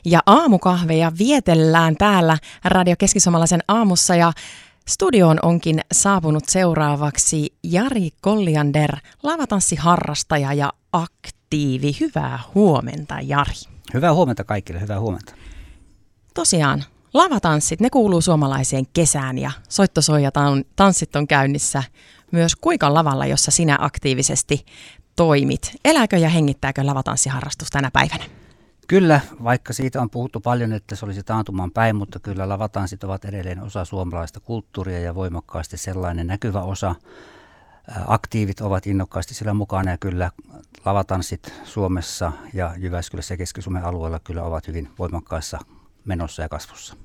Ja aamukahveja vietellään täällä Radio Keski-Suomalaisen aamussa ja studioon onkin saapunut seuraavaksi Jari Colliander, lavatanssiharrastaja ja aktiivi. Hyvää huomenta, Jari. Hyvää huomenta kaikille, hyvää huomenta. Tosiaan, lavatanssit, ne kuuluu suomalaiseen kesään ja soitto soi ja tanssit on käynnissä myös Kuikan lavalla, jossa sinä aktiivisesti toimit. Elääkö ja hengittääkö lavatanssiharrastus tänä päivänä? Kyllä, vaikka siitä on puhuttu paljon, että se olisi taantumaan päin, mutta kyllä lavatanssit ovat edelleen osa suomalaista kulttuuria ja voimakkaasti sellainen näkyvä osa. Aktiivit ovat innokkaasti siellä mukana ja kyllä lavatanssit Suomessa ja Jyväskylässä ja Keski-Suomen alueella kyllä ovat hyvin voimakkaassa menossa ja kasvussa.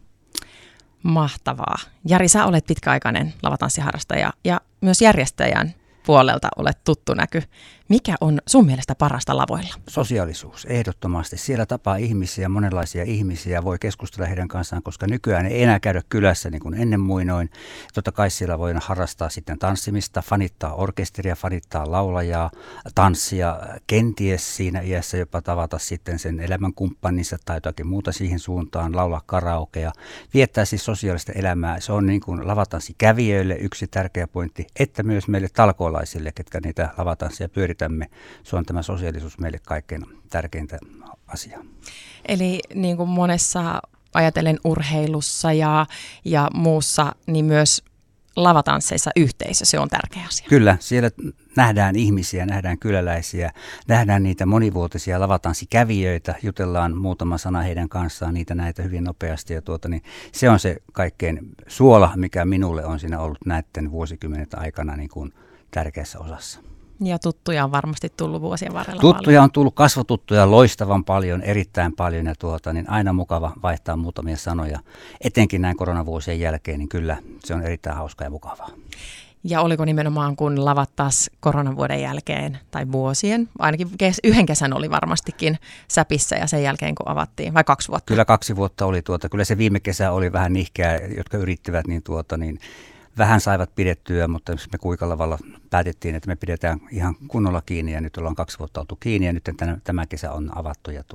Mahtavaa. Jari, sä olet pitkäaikainen lavatanssiharrastaja ja myös järjestäjän puolelta olet tuttu näky. Mikä on sun mielestä parasta lavoilla? Sosiaalisuus, ehdottomasti. Siellä tapaa ihmisiä, monenlaisia ihmisiä, voi keskustella heidän kanssaan, koska nykyään ei enää käydä kylässä niin kuin ennen muinoin. Totta kai siellä voi harrastaa sitten tanssimista, fanittaa orkesteria, fanittaa laulajaa, tanssia, kenties siinä iässä jopa tavata sitten sen elämänkumppaninsa tai jotakin muuta siihen suuntaan, laulaa karaokea, viettää siis sosiaalista elämää. Se on niin kuin lavatanssikävijöille yksi tärkeä pointti, että myös meille talkoolaisille, ketkä niitä lavatanssia pyörittävät. Se on tämä sosiaalisuus meille kaikkein tärkeintä asiaa. Eli niin kuin monessa ajatellen urheilussa ja muussa, niin myös lavatansseissa yhteisö, se on tärkeä asia. Kyllä, siellä nähdään ihmisiä, nähdään kyläläisiä, nähdään niitä monivuotisia lavatanssikävijöitä, jutellaan muutama sana heidän kanssaan, niitä näitä hyvin nopeasti. Ja niin se on se kaikkein suola, mikä minulle on siinä ollut näiden vuosikymmenet aikana niin kuin tärkeässä osassa. Ja tuttuja on varmasti tullut vuosien varrella Tuttuja paljon. on tullut, kasvotuttuja loistavan paljon, erittäin paljon ja niin aina mukava vaihtaa muutamia sanoja. Etenkin näin koronavuosien jälkeen, niin kyllä se on erittäin hauskaa ja mukavaa. Ja oliko nimenomaan kun lavat taas koronavuoden jälkeen tai vuosien, ainakin yhden kesän oli varmastikin säpissä ja sen jälkeen kun avattiin, vai 2 vuotta? Kyllä 2 vuotta oli, kyllä se viime kesä oli vähän nihkeä, jotka yrittivät niin vähän saivat pidettyä, mutta me Kuikalavalla päätettiin, että me pidetään ihan kunnolla kiinni ja nyt ollaan 2 vuotta oltu kiinni ja nyt tämä kesä on avattu ja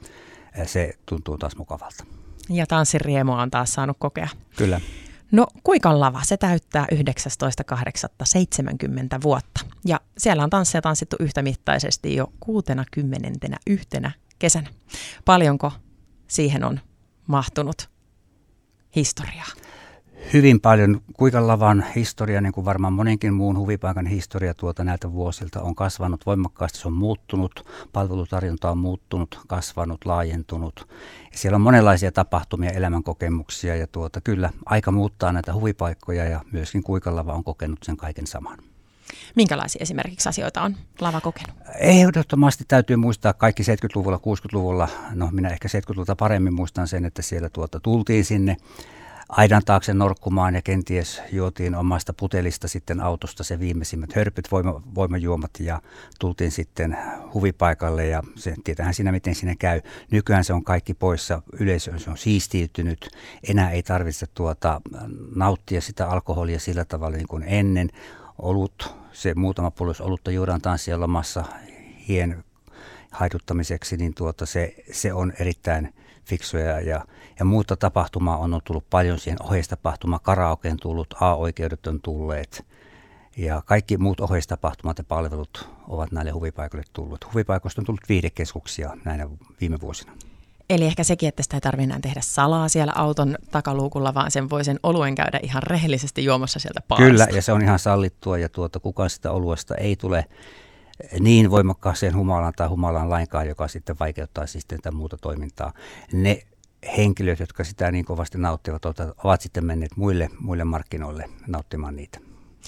se tuntuu taas mukavalta. Ja tanssin riemua on taas saanut kokea. Kyllä. No Kuikan lava, se täyttää 19.8.70 vuotta ja siellä on tansseja tanssittu yhtämittaisesti jo 61. kesänä. Paljonko siihen on mahtunut historiaa? Hyvin paljon. Kuikan lavan historia, niin kuin varmaan monenkin muun huvipaikan historia näiltä vuosilta on kasvanut voimakkaasti. Se on muuttunut, palvelutarjonta on muuttunut, kasvanut, laajentunut. Ja siellä on monenlaisia tapahtumia, elämänkokemuksia ja kyllä aika muuttaa näitä huvipaikkoja ja myöskin Kuikan lava on kokenut sen kaiken saman. Minkälaisia esimerkiksi asioita on lava kokenut? Ehdottomasti täytyy muistaa kaikki 70-luvulla, 60-luvulla. No minä ehkä 70-luvulta paremmin muistan sen, että siellä tultiin sinne aidan taakse norkkumaan ja kenties juotiin omasta putelista sitten autosta se viimeisimmät hörpyt, voimajuomat ja tultiin sitten huvipaikalle ja tietäähän siinä miten siinä käy. Nykyään se on kaikki poissa, yleisö se on siistiytynyt, enää ei tarvitse nauttia sitä alkoholia sillä tavalla niin kuin ennen. Olut, se muutama pullos olutta juodaan tanssien lomassa hien haiduttamiseksi, niin se on erittäin fiksuja ja muuta tapahtumaa on tullut paljon siihen, oheistapahtuma, karaokeen tullut, A-oikeudet on tulleet ja kaikki muut oheistapahtumat ja palvelut ovat näille huvipaikoille tullut. Huvipaikoista on tullut viihdekeskuksia näinä viime vuosina. Eli ehkä sekin, että sitä ei tarvitse enää tehdä salaa siellä auton takaluukulla, vaan sen voi sen oluen käydä ihan rehellisesti juomassa sieltä baarista. Kyllä, ja se on ihan sallittua ja kukaan sitä oluesta ei tule niin voimakkaaseen humalaan tai humalaan lainkaan, joka sitten vaikeuttaa sitten tätä muuta toimintaa. Ne henkilöt, jotka sitä niin kovasti nauttivat, ovat sitten menneet muille markkinoille nauttimaan niitä.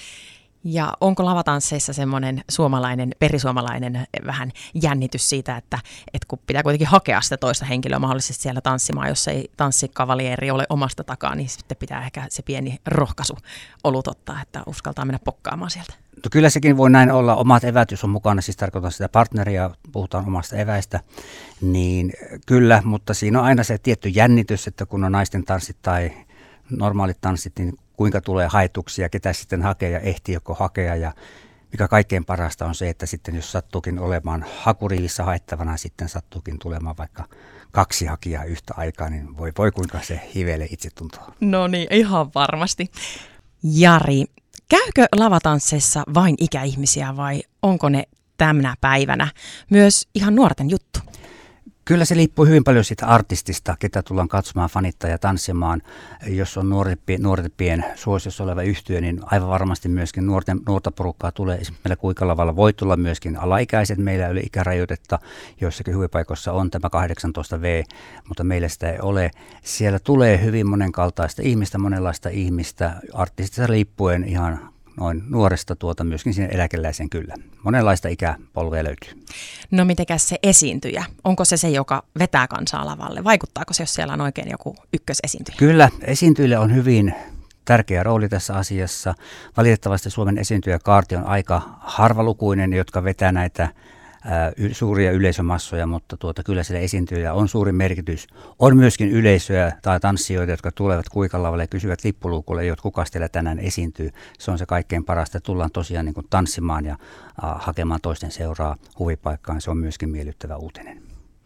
Ja onko lavatansseissa semmoinen perisuomalainen vähän jännitys siitä, että kun pitää kuitenkin hakea sitä toista henkilöä mahdollisesti siellä tanssimaan, jos ei tanssikavalieri ole omasta takaa, niin sitten pitää ehkä se pieni rohkaisu olut ottaa, että uskaltaa mennä pokkaamaan sieltä. No kyllä sekin voi näin olla. Omat eväät, jos on mukana, siis tarkoitan sitä partneria, puhutaan omasta eväistä, niin kyllä, mutta siinä on aina se tietty jännitys, että kun on naisten tanssit tai normaalit tanssit, niin kuinka tulee haetuksia, ketä sitten hakee ja ehtii joko hakea. Ja mikä kaikkein parasta on se, että sitten jos sattuukin olemaan hakuriivissä haettavana, sitten sattuukin tulemaan vaikka 2 hakijaa yhtä aikaa, niin voi kuinka se hivelee itsetuntoa. No niin, ihan varmasti. Jari, käykö lavatansseissa vain ikäihmisiä vai onko ne tänä päivänä myös ihan nuorten juttu? Kyllä se riippuu hyvin paljon siitä artistista, ketä tullaan katsomaan, fanittaa ja tanssimaan. Jos on nuorempien suosiossa oleva yhtye, niin aivan varmasti myöskin nuorta porukkaa tulee. Esimerkiksi meillä Kuikalavalla voi tulla myöskin alaikäiset. Meillä ei ole ikärajoitetta, joissakin huvipaikoissa on tämä 18V, mutta meillä sitä ei ole. Siellä tulee hyvin monenkaltaista ihmistä, monenlaista ihmistä, artistista riippuen ihan noin nuoresta myöskin sinne eläkeläiseen kyllä. Monenlaista ikäpolvea löytyy. No mitenkäs se esiintyjä? Onko se, joka vetää kansaa lavalle? Vaikuttaako se, jos siellä on oikein joku ykkösesiintyjä? Kyllä, esiintyjille on hyvin tärkeä rooli tässä asiassa. Valitettavasti Suomen esiintyjäkaarti on aika harvalukuinen, jotka vetää näitä suuria yleisömassoja, mutta kyllä sillä esiintyjillä on suuri merkitys. On myöskin yleisöä tai tanssijoita, jotka tulevat Kuikalavalle ja kysyvät lippuluukulle, että kuka teillä tänään esiintyy. Se on se kaikkein parasta. Tullaan tosiaan niin kuin tanssimaan ja hakemaan toisten seuraa huvipaikkaan. Se on myöskin miellyttävä uutinen.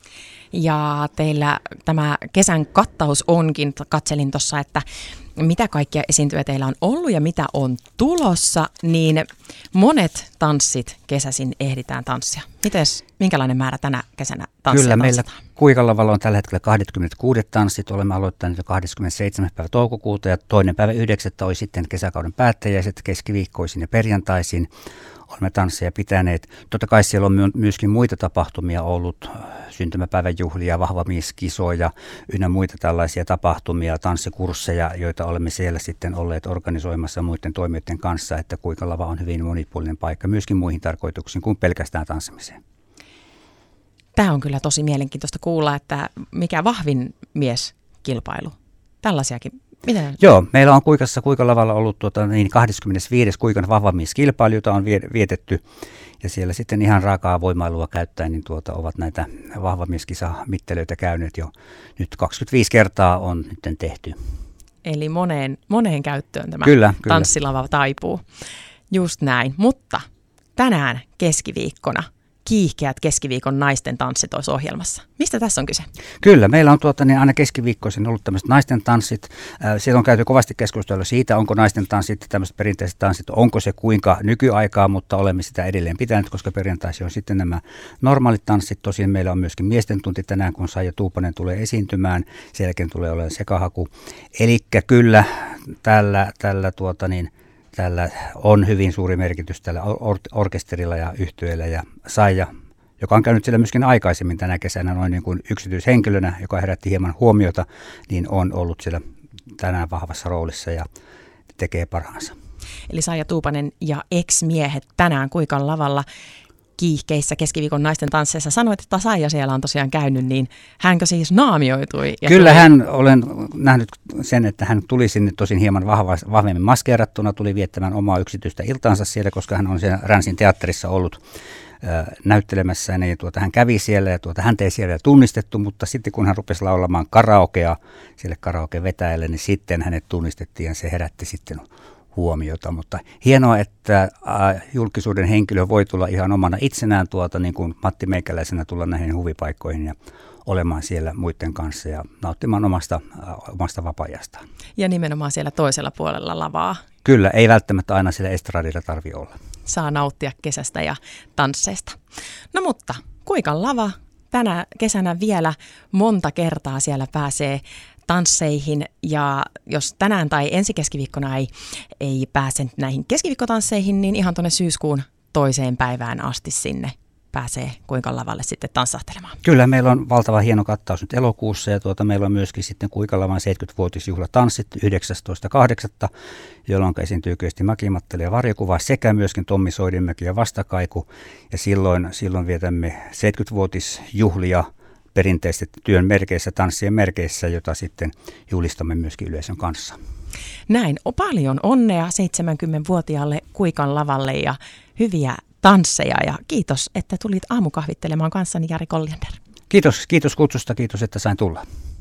Ja teillä tämä kesän kattaus onkin, katselin tuossa, että mitä kaikkia esiintyjä teillä on ollut ja mitä on tulossa, niin monet tanssit kesäisin ehditään tanssia. Minkälainen määrä tänä kesänä tanssia Kyllä, tanssitaan? meillä Kuikalavalla on tällä hetkellä 26 tanssit. Olemme aloittaneet jo 27. päivä toukokuuta ja 2. päivä 9. oli sitten kesäkauden päättäjäiset keskiviikkoisin ja perjantaisin. Olemme tansseja pitäneet. Totta kai siellä on myöskin muita tapahtumia ollut, syntymäpäivän juhlia, vahvamieskisoja ynnä muita tällaisia tapahtumia, tanssikursseja, joita olemme siellä sitten olleet organisoimassa muiden toimijoiden kanssa, että Kuikalava on hyvin monipuolinen paikka myöskin muihin tarkoituksiin kuin pelkästään tanssimiseen. Tämä on kyllä tosi mielenkiintoista kuulla, että mikä vahvin mieskilpailu. Tällaisiakin. Miten? Joo, meillä on Kuikalavalla ollut 25. Kuikan vahvamieskilpailu, jota on vietetty. Ja siellä sitten ihan raakaa voimailua käyttäen niin ovat näitä vahvamieskisamittelöitä käyneet jo. Nyt 25 kertaa on nyt tehty. Eli moneen käyttöön tämä kyllä. Tanssilava taipuu. Just näin, mutta tänään keskiviikkona kiihkeät keskiviikon naisten tanssit olisi ohjelmassa. Mistä tässä on kyse? Kyllä, meillä on aina keskiviikkoisin ollut tämmöiset naisten tanssit. Siellä on käyty kovasti keskustelua siitä, onko naisten tanssit, tämmöiset perinteiset tanssit, onko se kuinka nykyaikaa, mutta olemme sitä edelleen pitäneet, koska perjantaisin on sitten nämä normaalit tanssit. Tosin meillä on myöskin miesten tunti tänään, kun Saija Tuupanen tulee esiintymään. Sen jälkeen tulee olemaan sekahaku. Elikkä kyllä tällä on hyvin suuri merkitys tällä orkesterilla ja yhtyeellä ja Saija, joka on käynyt siellä myöskin aikaisemmin tänä kesänä noin niin kuin yksityishenkilönä, joka herätti hieman huomiota, niin on ollut siellä tänään vahvassa roolissa ja tekee parhaansa. Eli Saija Tuupanen ja ex-miehet tänään Kuikan lavalla kiihkeissä keskiviikon naisten tansseissa. Sanoit, että Saija siellä on tosiaan käynyt, niin hänkö siis naamioitui? Kyllä olen nähnyt sen, että hän tuli sinne tosin hieman vahvemmin maskeerattuna, tuli viettämään omaa yksityistä iltaansa siellä, koska hän on siellä Ränsin teatterissa ollut näyttelemässä, niin hän kävi siellä ja häntä ei siellä tunnistettu, mutta sitten kun hän rupesi laulamaan karaokea sille karaoke-vetäjälle, niin sitten hänet tunnistettiin ja se herätti sitten huomiota, mutta hienoa, että julkisuuden henkilö voi tulla ihan omana itsenään niin kuin Matti Meikäläisenä tulla näihin huvipaikkoihin ja olemaan siellä muiden kanssa ja nauttimaan omasta vapaa-ajastaan. Ja nimenomaan siellä toisella puolella lavaa. Kyllä, ei välttämättä aina siellä estradilla tarvitse olla. Saa nauttia kesästä ja tansseista. No mutta Kuikan lava tänä kesänä vielä monta kertaa siellä pääsee tansseihin, ja jos tänään tai ensi keskiviikkona ei pääse näihin keskiviikkotansseihin, niin ihan tuonne syyskuun 2. päivään asti sinne pääsee Kuikan lavalle sitten tanssahtelemaan. Kyllä, meillä on valtava hieno kattaus nyt elokuussa, ja meillä on myöskin sitten Kuikan lavan 70-vuotisjuhlatanssit 19.8., jolloin esiintyy Kyösti Mäki-Mattila ja varjokuva sekä myöskin Tommi Soidinmäki ja vastakaiku, ja silloin vietämme 70-vuotisjuhlia perinteisesti työn merkeissä, tanssien merkeissä, jota sitten julistamme myöskin yleisön kanssa. Näin, paljon onnea 70-vuotiaalle Kuikan lavalle ja hyviä tansseja ja kiitos, että tulit aamukahvittelemaan kanssani, Jari Colliander. Kiitos kutsusta, kiitos, että sain tulla.